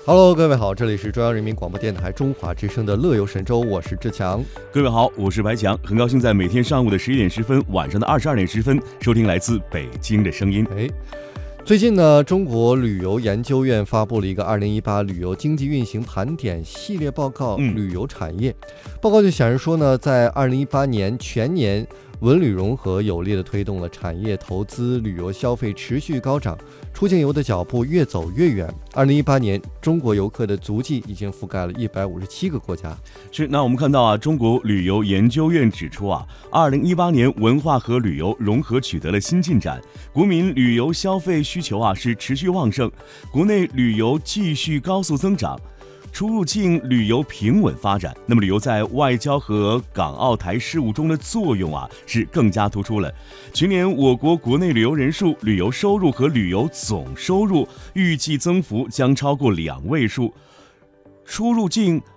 Hello， 各位好，这里是中央人民广播电台中华之声的乐游神州，我是志强。 各位好，我是白强，很高兴在每天上午的11点10分，晚上的22点10分，收听来自北京的声音。 最近呢，中国旅游研究院发布了一个2018旅游经济运行盘点系列报告，旅游产业。报告就显示说呢，在2018年全年，文旅融合有力地推动了产业投资、旅游消费持续高涨，出境游的脚步越走越远。2018年，中国游客的足迹已经覆盖了157个国家。 那我们看到中国旅游研究院指出2018年文化和旅游融合取得了新进展，国民旅游消费需求是持续旺盛，国内旅游继续高速增长。出入境旅游平稳发展，那么旅游在外交和港澳台事务中的作用是更加突出了。去年我国国内旅游人数、旅游收入和旅游总收入预计增幅将超过2位数，入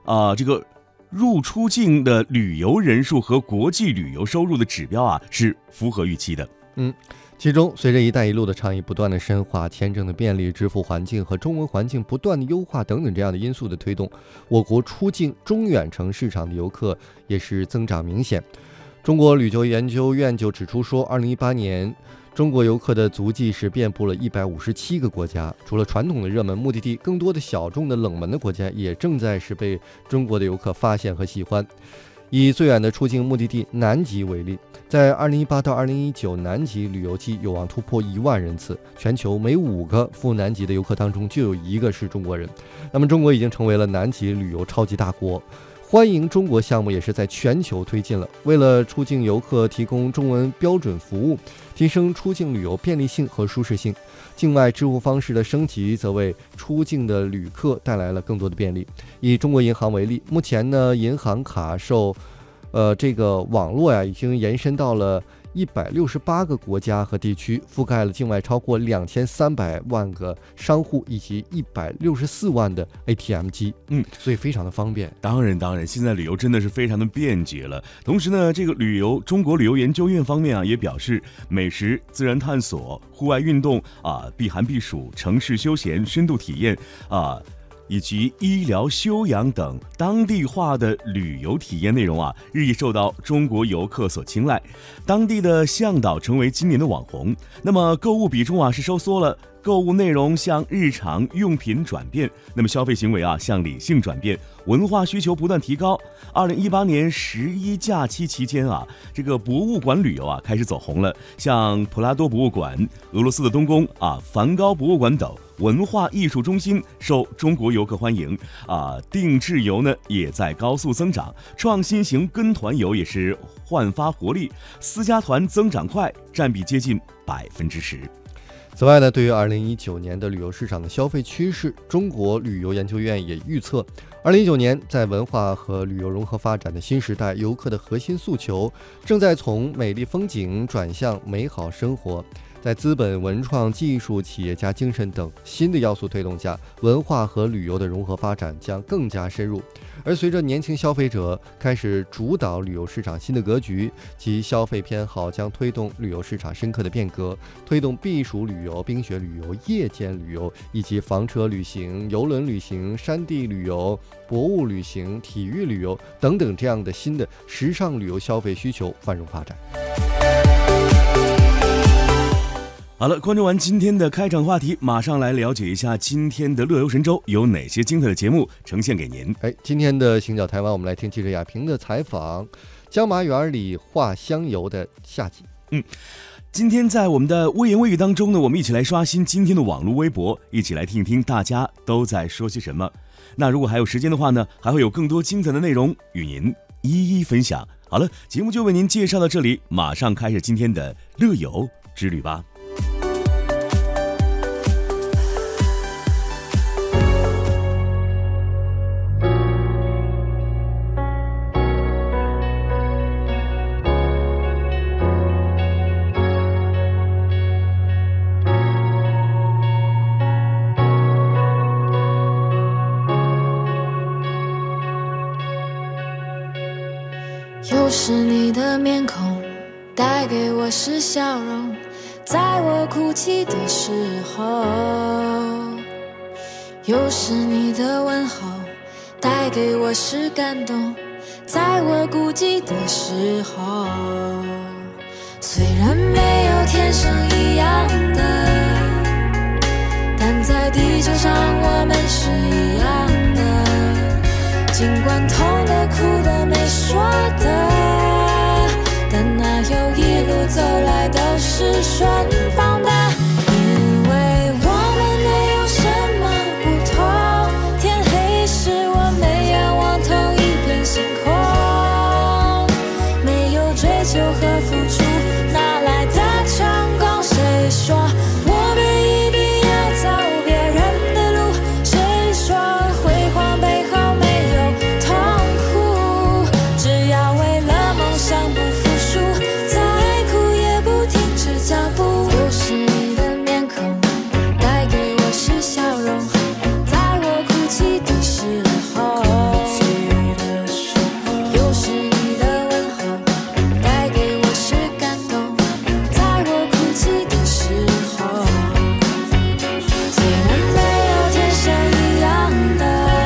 出境的旅游人数和国际旅游收入的指标是符合预期的。 其中，随着“一带一路”的倡议不断的深化，签证的便利、支付环境和中文环境不断的优化等等这样的因素的推动，我国出境中远程市场的游客也是增长明显。中国旅游研究院就指出说，2018年中国游客的足迹是遍布了157个国家，除了传统的热门目的地，更多的小众的冷门的国家也正在是被中国的游客发现和喜欢。以最远的出境目的地南极为例，在2018到2019南极旅游季有望突破1万人次，全球每5个赴南极的游客当中就有1个是中国人。那么中国已经成为了南极旅游超级大国，欢迎中国项目也是在全球推进了。为了出境游客提供中文标准服务，提升出境旅游便利性和舒适性，境外支付方式的升级则为出境的旅客带来了更多的便利。以中国银行为例，目前呢，银行卡受这个网络已经延伸到了168个国家和地区，覆盖了境外超过2300万个商户以及164万的 ATM 机，所以非常的方便。 当然，现在旅游真的是非常的便捷了。同时呢，这个中国旅游研究院方面也表示，美食、自然探索、户外运动避寒避暑、城市休闲、深度体验以及医疗休养等当地化的旅游体验内容日益受到中国游客所青睐，当地的向导成为今年的网红。那么购物比重是收缩了，购物内容向日常用品转变，那么消费行为向理性转变，文化需求不断提高。2018年11假期期间这个博物馆旅游开始走红了，像普拉多博物馆、俄罗斯的东宫梵高博物馆等文化艺术中心受中国游客欢迎定制游呢也在高速增长，创新型跟团游也是焕发活力，私家团增长快，占比接近10%。 此外呢，对于2019年的旅游市场的消费趋势，中国旅游研究院也预测，2019年在文化和旅游融合发展的新时代，游客的核心诉求正在从美丽风景转向美好生活。在资本、文创、技术、企业家精神等新的要素推动下，文化和旅游的融合发展将更加深入。而随着年轻消费者开始主导旅游市场新的格局，其消费偏好将推动旅游市场深刻的变革，推动避暑旅游、冰雪旅游、夜间旅游以及房车旅行、邮轮旅行、山地旅游、博物旅行、体育旅游等等这样的新的时尚旅游消费需求繁荣发展。 好了，关注完今天的开场话题，马上来了解一下今天的乐游神州有哪些精彩的节目呈现给您。 今天的行脚台湾，我们来听记者亚平的采访，江马园里画香油的夏季。 今天在我们的微言微语当中呢，我们一起来刷新今天的网络微博，一起来听一听大家都在说些什么。那如果还有时间的话呢，还会有更多精彩的内容与您一一分享。好了，节目就为您介绍到这里，马上开始今天的乐游之旅吧。 又是你的面孔带给我是笑容，在我哭泣的时候， 有时你的问候带给我是感动，在我孤寂的时候，虽然没有天生一样的，但在地球上我们是一样的。尽管痛的、哭的、没说的，但那有一路走来都是顺风的。因为我们没有什么不同，天黑时我们仰望同一片星空，没有追求和付出，哪来的成功？谁说我们一定要走别人的路？谁说辉煌背后没有痛苦？只要为了梦想不服输，再苦也不停止脚步。有时你的面孔带给我是笑容，在我哭泣的时候，有时你的问候带给我是感动，在我哭泣的时候，虽然没有天生一样的，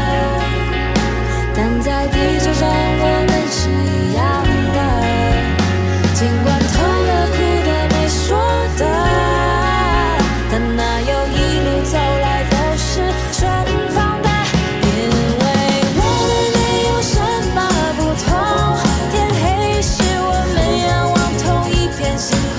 但在地球上我们是一样的。尽管痛的、哭的、没说的，但那有一路走来都是顺风的。因为我们没有什么不同，天黑时我们仰望同一片星空，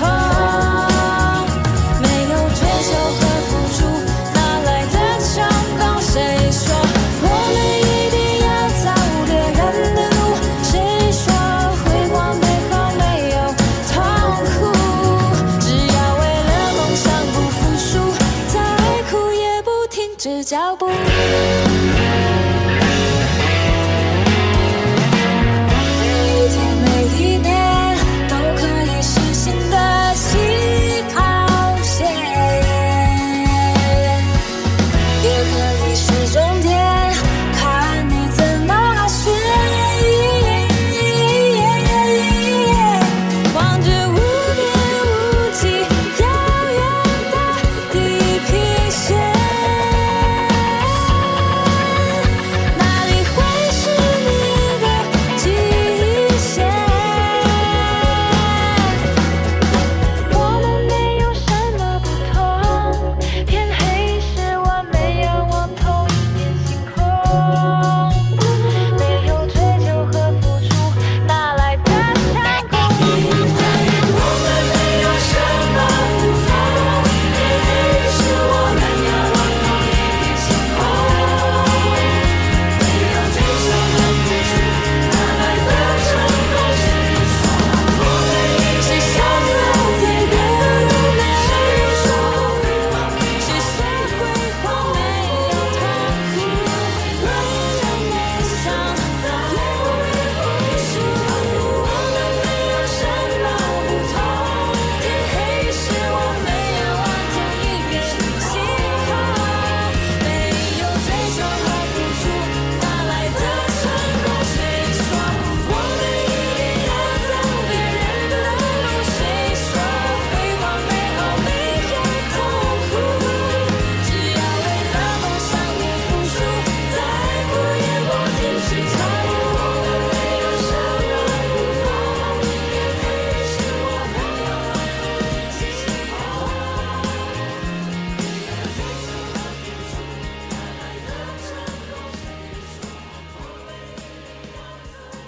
没有追求和付出，哪来的成功？谁说我们一定要走别人的路？谁说辉煌背后没有痛苦？只要为了梦想不服输，再苦也不停止脚步。